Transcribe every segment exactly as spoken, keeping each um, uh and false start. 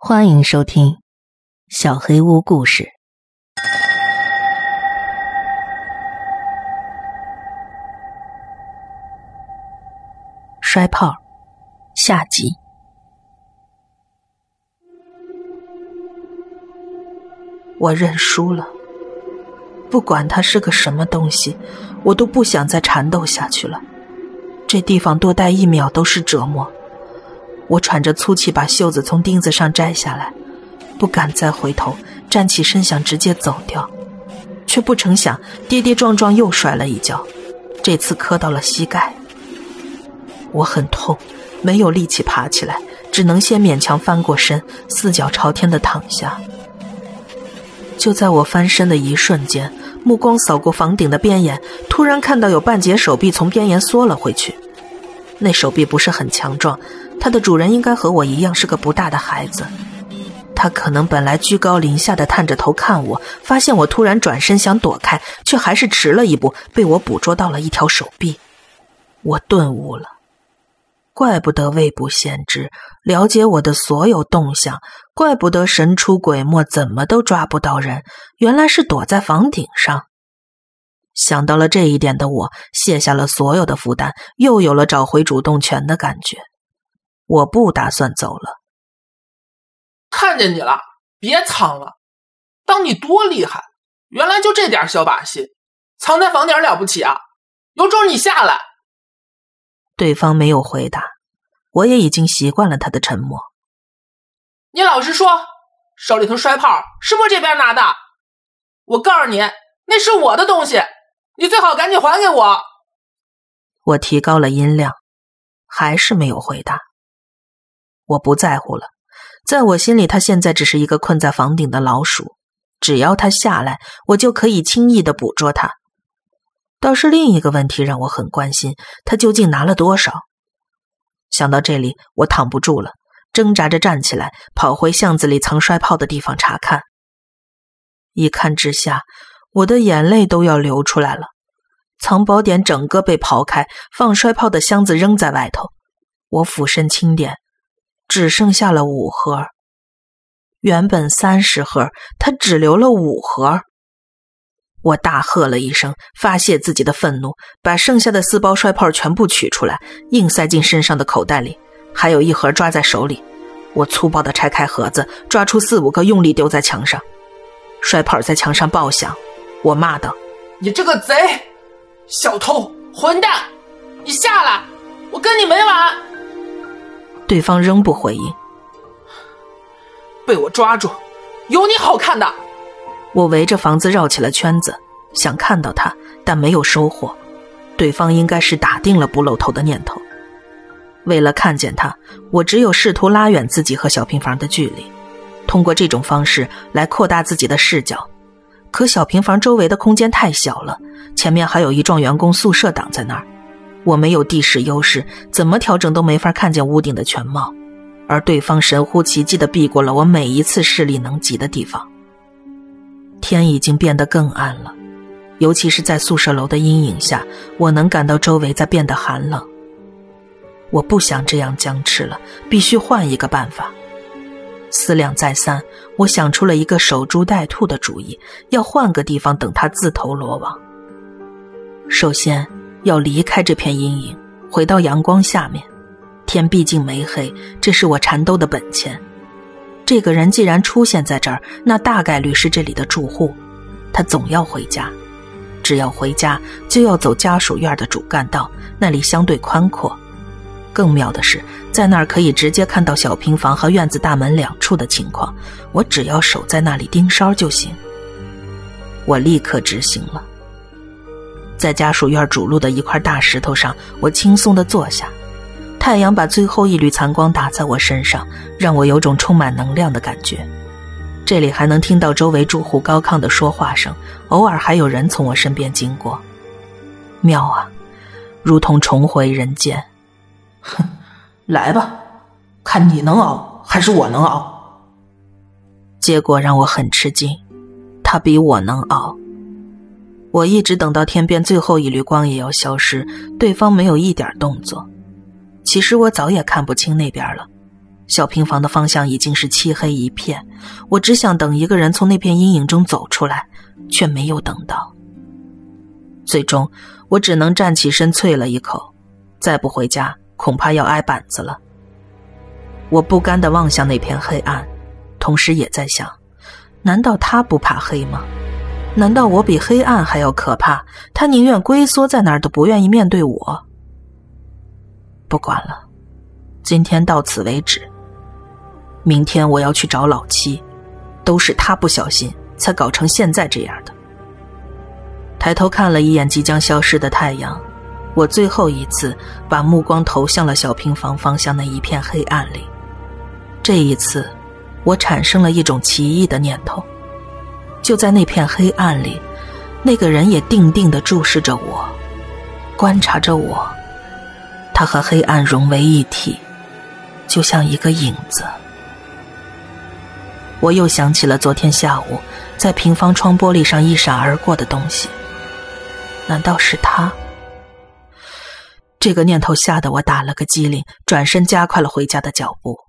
欢迎收听小黑屋故事。摔炮下集。我认输了，不管它是个什么东西，我都不想再缠斗下去了。这地方多待一秒都是折磨。我喘着粗气把袖子从钉子上摘下来，不敢再回头，站起身想直接走掉，却不成想跌跌撞撞又摔了一跤，这次磕到了膝盖。我很痛，没有力气爬起来，只能先勉强翻过身，四脚朝天地躺下。就在我翻身的一瞬间，目光扫过房顶的边沿，突然看到有半截手臂从边沿缩了回去。那手臂不是很强壮，它的主人应该和我一样是个不大的孩子。他可能本来居高临下的探着头看我，发现我突然转身想躲开，却还是迟了一步，被我捕捉到了一条手臂。我顿悟了，怪不得未卜先知，了解我的所有动向，怪不得神出鬼没，怎么都抓不到人，原来是躲在房顶上。想到了这一点的我，卸下了所有的负担，又有了找回主动权的感觉。我不打算走了。 看见你了，别藏了，当你多厉害，原来就这点小把戏，藏在房顶了不起啊，有种你下来。 对方没有回答，我也已经习惯了他的沉默。 你老实说，手里头摔炮是不是这边拿的？我告诉你，那是我的东西，你最好赶紧还给我。 我提高了音量，还是没有回答。我不在乎了，在我心里他现在只是一个困在房顶的老鼠，只要他下来，我就可以轻易地捕捉他。倒是另一个问题让我很关心，他究竟拿了多少？想到这里，我躺不住了，挣扎着站起来，跑回巷子里藏摔炮的地方查看。一看之下，我的眼泪都要流出来了。藏宝点整个被刨开，放摔炮的箱子扔在外头。我俯身清点，只剩下了五盒。原本三十盒，他只留了五盒。我大喝了一声，发泄自己的愤怒，把剩下的四包摔炮全部取出来，硬塞进身上的口袋里，还有一盒抓在手里。我粗暴地拆开盒子，抓出四五个，用力丢在墙上。摔炮在墙上爆响，我骂道： 你这个贼，小偷，混蛋，你下来，我跟你没完。 对方仍不回应。 被我抓住，有你好看的。 我围着房子绕起了圈子，想看到他，但没有收获。对方应该是打定了不露头的念头。为了看见他，我只有试图拉远自己和小平房的距离，通过这种方式来扩大自己的视角。可小平房周围的空间太小了，前面还有一幢员工宿舍挡在那儿，我没有地势优势，怎么调整都没法看见屋顶的全貌，而对方神乎其技地避过了我每一次视力能及的地方。天已经变得更暗了，尤其是在宿舍楼的阴影下，我能感到周围在变得寒冷。我不想这样僵持了，必须换一个办法。思量再三，我想出了一个守株待兔的主意，要换个地方等他自投罗网。首先要离开这片阴影，回到阳光下面。天毕竟没黑，这是我缠斗的本钱。这个人既然出现在这儿，那大概率是这里的住户，他总要回家。只要回家，就要走家属院的主干道，那里相对宽阔。更妙的是，在那儿可以直接看到小平房和院子大门两处的情况，我只要守在那里盯梢就行。我立刻执行了。在家属院主路的一块大石头上，我轻松地坐下，太阳把最后一缕残光打在我身上，让我有种充满能量的感觉。这里还能听到周围住户高亢的说话声，偶尔还有人从我身边经过。妙啊，如同重回人间。 哼，来吧，看你能熬还是我能熬。 结果让我很吃惊，他比我能熬。我一直等到天边最后一缕光也要消失，对方没有一点动作。其实我早也看不清那边了， 小平房的方向已经是漆黑一片，我只想等一个人从那片阴影中走出来，却没有等到。最终我只能站起身啐了一口，再不回家恐怕要挨板子了。我不甘地望向那片黑暗，同时也在想，难道他不怕黑吗？难道我比黑暗还要可怕？他宁愿龟缩在那儿都不愿意面对我。不管了，今天到此为止。明天我要去找老七，都是他不小心才搞成现在这样的。抬头看了一眼即将消失的太阳，我最后一次把目光投向了小平房方向那一片黑暗里。这一次我产生了一种奇异的念头，就在那片黑暗里，那个人也定定地注视着我，观察着我，他和黑暗融为一体，就像一个影子。我又想起了昨天下午在平房窗玻璃上一闪而过的东西，难道是他？这个念头吓得我打了个激灵，转身加快了回家的脚步。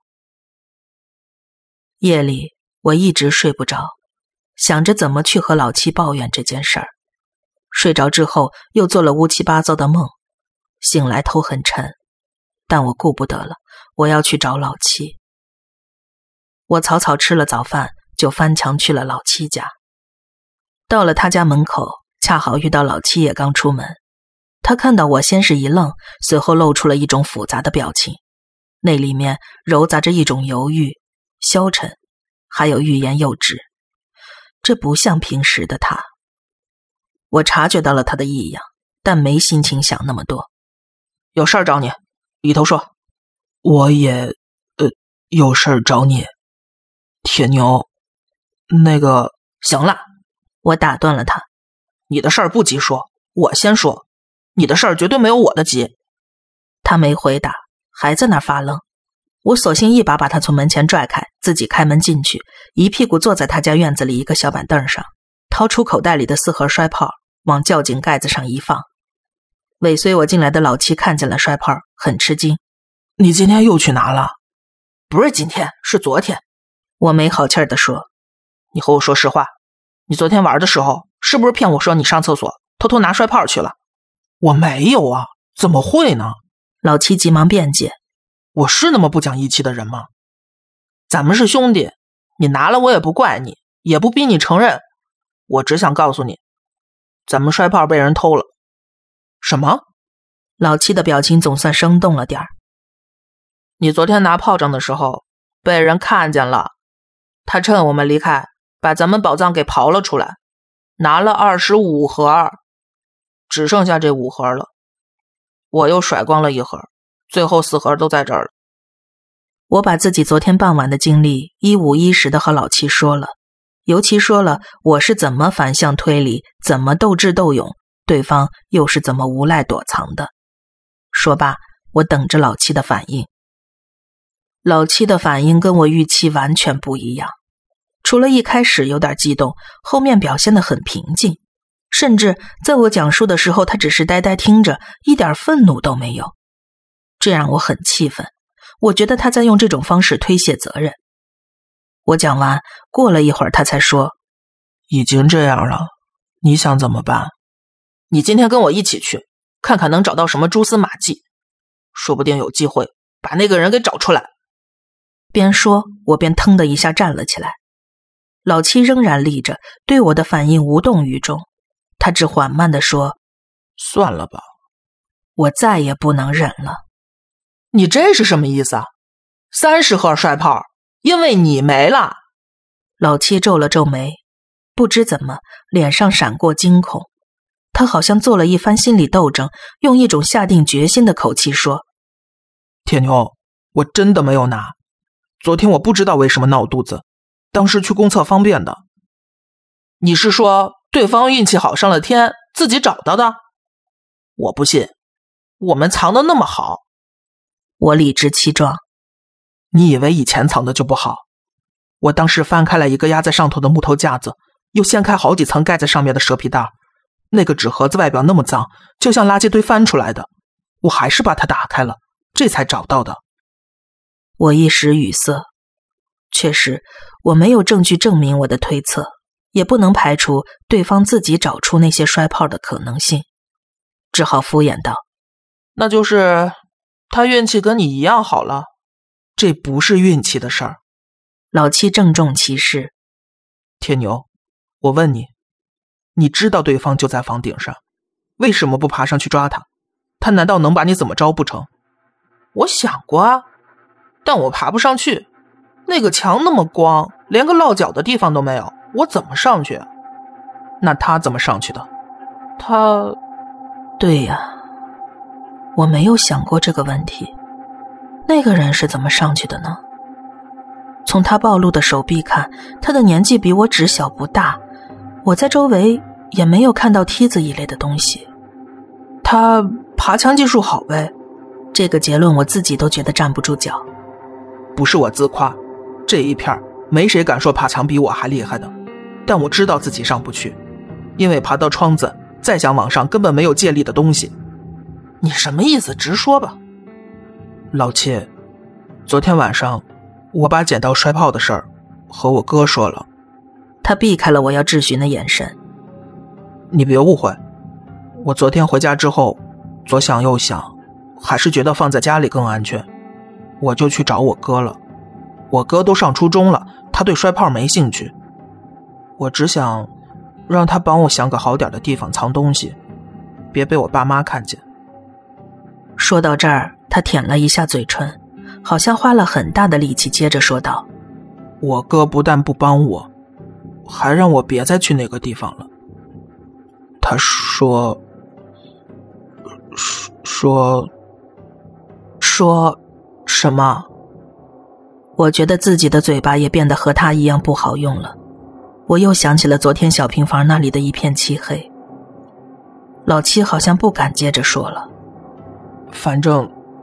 夜里我一直睡不着，想着怎么去和老七抱怨这件事儿。睡着之后又做了乌七八糟的梦，醒来头很沉，但我顾不得了，我要去找老七。我草草吃了早饭，就翻墙去了老七家。到了他家门口，恰好遇到老七也刚出门。他看到我先是一愣，随后露出了一种复杂的表情，那里面糅杂着一种犹豫、消沉，还有欲言又止。这不像平时的他。我察觉到了他的异样，但没心情想那么多。 有事儿找你，里头说。 我也呃有事儿找你。铁牛，那个行了， 我打断了他。 你的事儿不急说，我先说。你的事儿绝对没有我的急。 他没回答，还在那儿发愣。我索性一把把他从门前拽开，自己开门进去，一屁股坐在他家院子里一个小板凳上，掏出口袋里的四盒摔炮，往窖井盖子上一放。尾随我进来的老七看见了摔炮，很吃惊。 你今天又去拿了？ 不是今天，是昨天。 我没好气儿地说。 你和我说实话，你昨天玩的时候是不是骗我说你上厕所偷偷拿摔炮去了？ 我没有啊，怎么会呢？ 老七急忙辩解。 我是那么不讲义气的人吗？ 咱们是兄弟，你拿了我也不怪你，也不逼你承认。我只想告诉你，咱们摔炮被人偷了。 什么？ 老七的表情总算生动了点儿。 你昨天拿炮仗的时候被人看见了，他趁我们离开把咱们宝藏给刨了出来，拿了二十五盒，只剩下这五盒了。我又甩光了一盒，最后四盒都在这儿了。 我把自己昨天傍晚的经历一五一十的和老七说了，尤其说了我是怎么反向推理，怎么斗智斗勇，对方又是怎么无赖躲藏的。说罢，我等着老七的反应。老七的反应跟我预期完全不一样，除了一开始有点激动，后面表现得很平静，甚至在我讲述的时候，他只是呆呆听着，一点愤怒都没有。这让我很气愤，我觉得他在用这种方式推卸责任。我讲完，过了一会儿他才说， 已经这样了，你想怎么办？ 你今天跟我一起去，看看能找到什么蛛丝马迹，说不定有机会把那个人给找出来。 边说我便腾的一下站了起来。老七仍然立着，对我的反应无动于衷，他只缓慢地说， 算了吧。 我再也不能忍了。 你这是什么意思啊？三十盒摔炮，因为你没了。 老七皱了皱眉，不知怎么脸上闪过惊恐，他好像做了一番心理斗争，用一种下定决心的口气说， 铁牛，我真的没有拿，昨天我不知道为什么闹肚子，当时去公厕方便的。 你是说对方运气好上了天，自己找到的？我不信，我们藏得那么好。 我理直气壮。 你以为以前藏的就不好？我当时翻开了一个压在上头的木头架子，又掀开好几层盖在上面的蛇皮袋，那个纸盒子外表那么脏，就像垃圾堆翻出来的，我还是把它打开了，这才找到的。 我一时语塞。确实，我没有证据证明我的推测，也不能排除对方自己找出那些摔炮的可能性，只好敷衍道： 那就是他运气跟你一样好了。这不是运气的事儿。 老七郑重其事： 铁牛，我问你，你知道对方就在房顶上，为什么不爬上去抓他？他难道能把你怎么着不成？我想过啊，但我爬不上去。那个墙那么光，连个落脚的地方都没有，我怎么上去啊？那他怎么上去的？他…… 对呀，我没有想过这个问题。那个人是怎么上去的呢？从他暴露的手臂看，他的年纪比我只小不大，我在周围也没有看到梯子一类的东西。他爬墙技术好呗，这个结论我自己都觉得站不住脚。 不是我自夸，这一片没谁敢说爬墙比我还厉害的，但我知道自己上不去，因为爬到窗子再想往上根本没有借力的东西。你什么意思？直说吧。老七，昨天晚上我把捡到摔炮的事儿和我哥说了。 他避开了我要质询的眼神。 你别误会，我昨天回家之后左想右想，还是觉得放在家里更安全，我就去找我哥了。我哥都上初中了，他对摔炮没兴趣，我只想让他帮我想个好点的地方藏东西，别被我爸妈看见。 说到这儿，他舔了一下嘴唇，好像花了很大的力气，接着说道： 我哥不但不帮我，还让我别再去那个地方了。他说说说什么？我觉得自己的嘴巴也变得和他一样不好用了。我又想起了昨天小平房那里的一片漆黑。老七好像不敢接着说了。 反正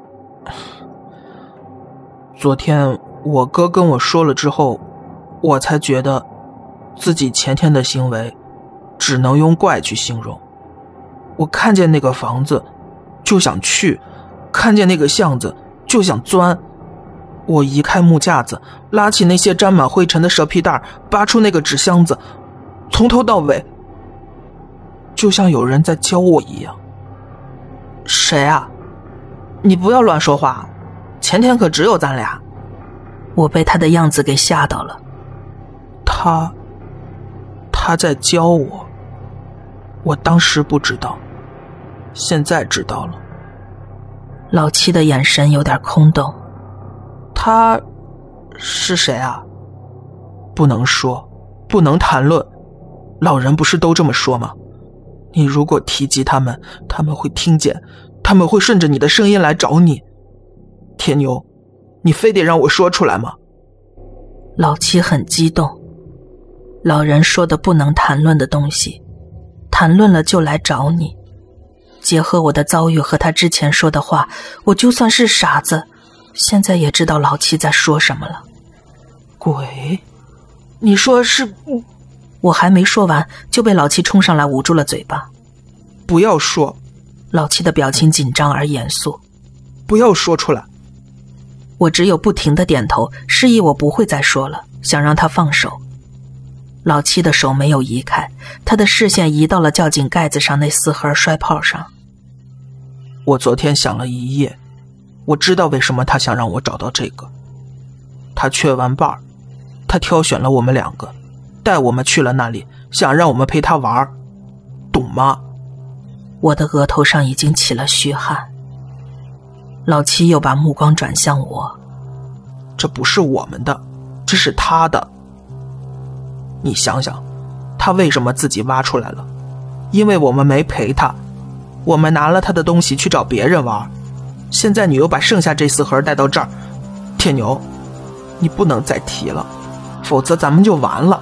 昨天我哥跟我说了之后，我才觉得自己前天的行为只能用怪去形容。我看见那个房子就想去，看见那个巷子就想钻。我移开木架子，拉起那些沾满灰尘的蛇皮袋，拔出那个纸箱子，从头到尾就像有人在教我一样。谁啊？你不要乱说话，前天可只有咱俩。 我被他的样子给吓到了。 他他在教我，我当时不知道，现在知道了。 老七的眼神有点空洞。 他是谁啊？不能说，不能谈论，老人不是都这么说吗？你如果提及他们，他们会听见，他们会顺着你的声音来找你。铁牛，你非得让我说出来吗？ 老七很激动。老人说的不能谈论的东西，谈论了就来找你。结合我的遭遇和他之前说的话，我就算是傻子，现在也知道老七在说什么了。 鬼？你说是？ 我还没说完，就被老七冲上来捂住了嘴巴。 不要说。 老七的表情紧张而严肃。 不要说出来。 我只有不停地点头，示意我不会再说了，想让他放手。老七的手没有移开，他的视线移到了较紧盖子上那四盒摔炮上。 我昨天想了一夜，我知道为什么他想让我找到这个。他缺玩伴，他挑选了我们两个，带我们去了那里，想让我们陪他玩，懂吗？ 我的额头上已经起了虚汗。老七又把目光转向我。 这不是我们的，这是他的。你想想，他为什么自己挖出来了？因为我们没陪他，我们拿了他的东西去找别人玩。现在你又把剩下这四盒带到这儿，铁牛，你不能再提了，否则咱们就完了。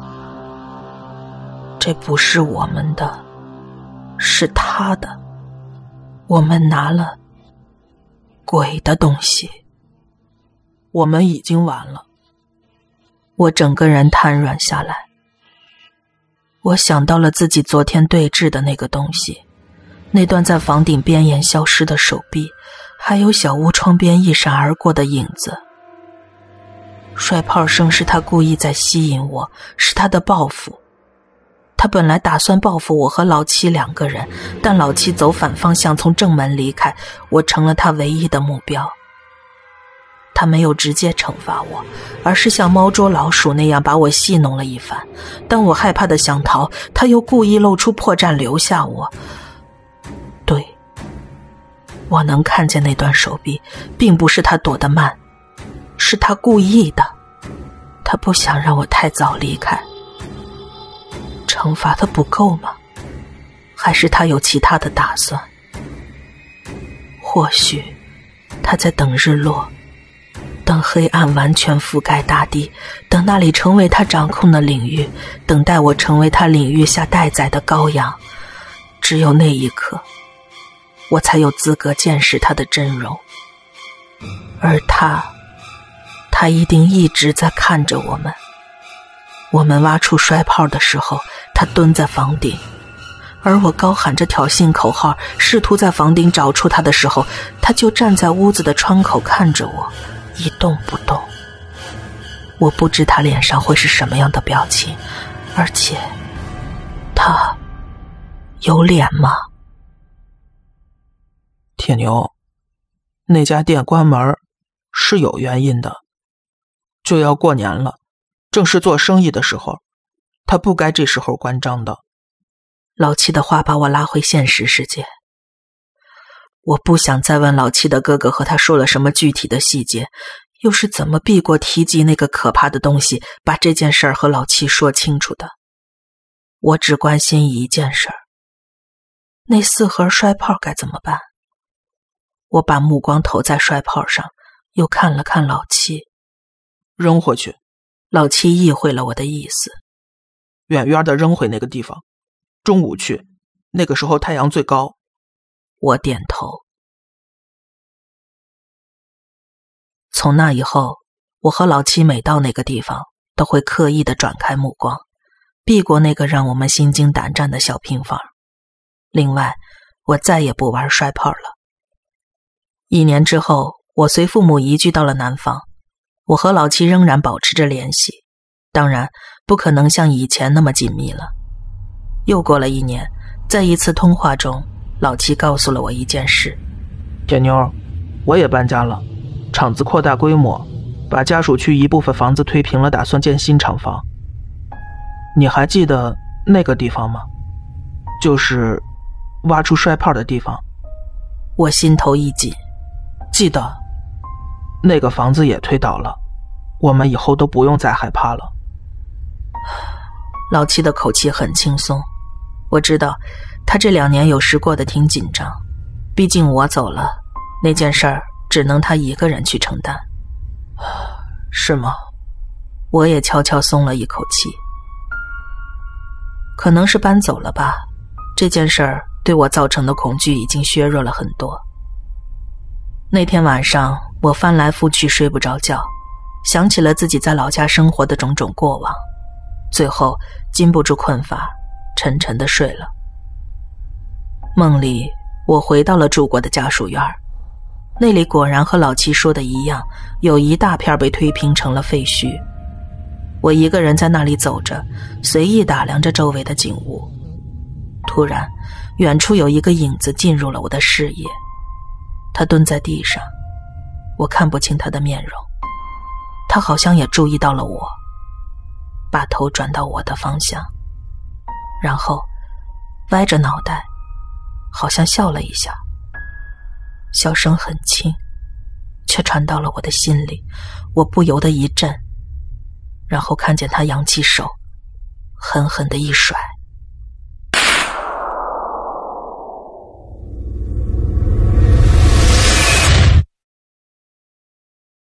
这不是我们的，是他的。我们拿了鬼的东西。 我们已经完了。 我整个人瘫软下来。我想到了自己昨天对峙的那个东西，那段在房顶边沿消失的手臂，还有小屋窗边一闪而过的影子。 摔炮声是他故意在吸引我，是他的报复。他本来打算报复我和老七两个人，但老七走反方向从正门离开，我成了他唯一的目标。他没有直接惩罚我，而是像猫捉老鼠那样把我戏弄了一番。当我害怕的想逃，他又故意露出破绽留下我。对，我能看见那段手臂，并不是他躲得慢，是他故意的。他不想让我太早离开。惩罚他不够吗？还是他有其他的打算？或许他在等日落，等黑暗完全覆盖大地，等那里成为他掌控的领域，等待我成为他领域下待宰的羔羊。只有那一刻，我才有资格见识他的真容。而他，他一定一直在看着我们。我们挖出摔炮的时候，他蹲在房顶，而我高喊着挑衅口号，试图在房顶找出他的时候，他就站在屋子的窗口看着我，一动不动。我不知他脸上会是什么样的表情，而且他有脸吗？ 铁牛，那家店关门是有原因的，就要过年了，正是做生意的时候，他不该这时候关张的。 老七的话把我拉回现实世界。我不想再问老七的哥哥和他说了什么具体的细节，又是怎么避过提及那个可怕的东西，把这件事儿和老七说清楚的。我只关心一件事儿，那四盒摔炮该怎么办？我把目光投在摔炮上，又看了看老七。 扔回去。 老七意会了我的意思。 远远的扔回那个地方，中午去，那个时候太阳最高。 我点头。从那以后，我和老七每到那个地方，都会刻意地转开目光，避过那个让我们心惊胆战的小平房。另外，我再也不玩摔炮了。一年之后，我随父母移居到了南方，我和老七仍然保持着联系，当然不可能像以前那么紧密了。又过了一年，在一次通话中，老七告诉了我一件事。 铁妞，我也搬家了，厂子扩大规模，把家属区一部分房子推平了，打算建新厂房。你还记得那个地方吗？就是挖出摔炮的地方。 我心头一紧。 记得。那个房子也推倒了，我们以后都不用再害怕了。 老七的口气很轻松，我知道他这两年有时过得挺紧张，毕竟我走了，那件事儿只能他一个人去承担。 是吗？ 我也悄悄松了一口气。可能是搬走了吧，这件事儿对我造成的恐惧已经削弱了很多。那天晚上，我翻来覆去睡不着觉，想起了自己在老家生活的种种过往，最后禁不住困乏，沉沉地睡了。梦里，我回到了住过的家属院，那里果然和老七说的一样，有一大片被推平成了废墟。我一个人在那里走着，随意打量着周围的景物。突然，远处有一个影子进入了我的视野，他蹲在地上，我看不清他的面容，他好像也注意到了我，把头转到我的方向，然后歪着脑袋，好像笑了一下，笑声很轻，却传到了我的心里，我不由得一震，然后看见他扬起手，狠狠地一甩。